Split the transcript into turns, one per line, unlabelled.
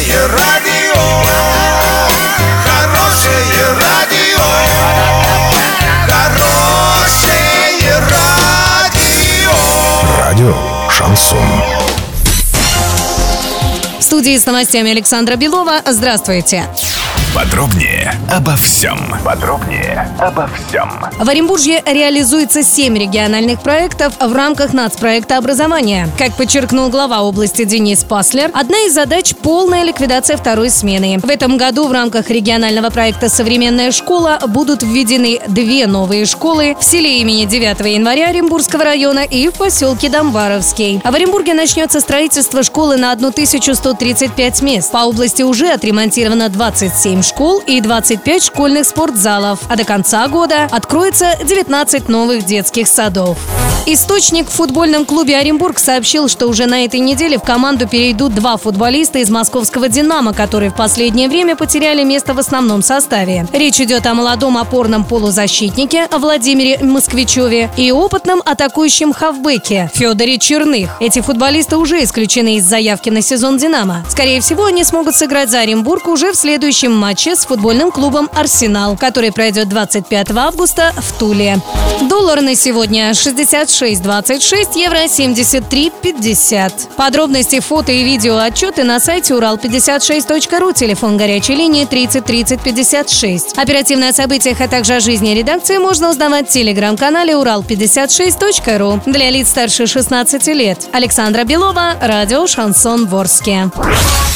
Хорошее радио, хорошее радио, хорошее радио.
Радио «Шансон».
В студии с новостями Александра Белова. Здравствуйте.
Подробнее обо всем.
В Оренбурге реализуется 7 региональных проектов в рамках нацпроекта образования. Как подчеркнул глава области Денис Паслер, одна из задач – полная ликвидация второй смены. В этом году в рамках регионального проекта «Современная школа» будут введены 2 новые школы в селе имени 9 января Оренбургского района и в поселке Домбаровский. В Оренбурге начнется строительство школы на 1135 мест. По области уже отремонтировано 27 школ и 25 школьных спортзалов, а до конца года откроется 19 новых детских садов. Источник в футбольном клубе «Оренбург» сообщил, что уже на этой неделе в команду перейдут 2 футболиста из московского «Динамо», которые в последнее время потеряли место в основном составе. Речь идет о молодом опорном полузащитнике Владимире Москвичеве и опытном атакующем хавбеке Федоре Черных. Эти футболисты уже исключены из заявки на сезон «Динамо». Скорее всего, они смогут сыграть за Оренбург уже в следующем матче с футбольным клубом «Арсенал», который пройдет 25 августа в Туле. Доллар на сегодня 66.26, евро 73.50. Подробности, фото и видео отчеты на сайте урал56.ру, телефон горячей линии 30 30 56. Оперативно о событиях, а также о жизни редакции можно узнавать в телеграм-канале урал56.ру. Для лиц старше 16 лет. Александра Белова, радио «Шансон» Ворске.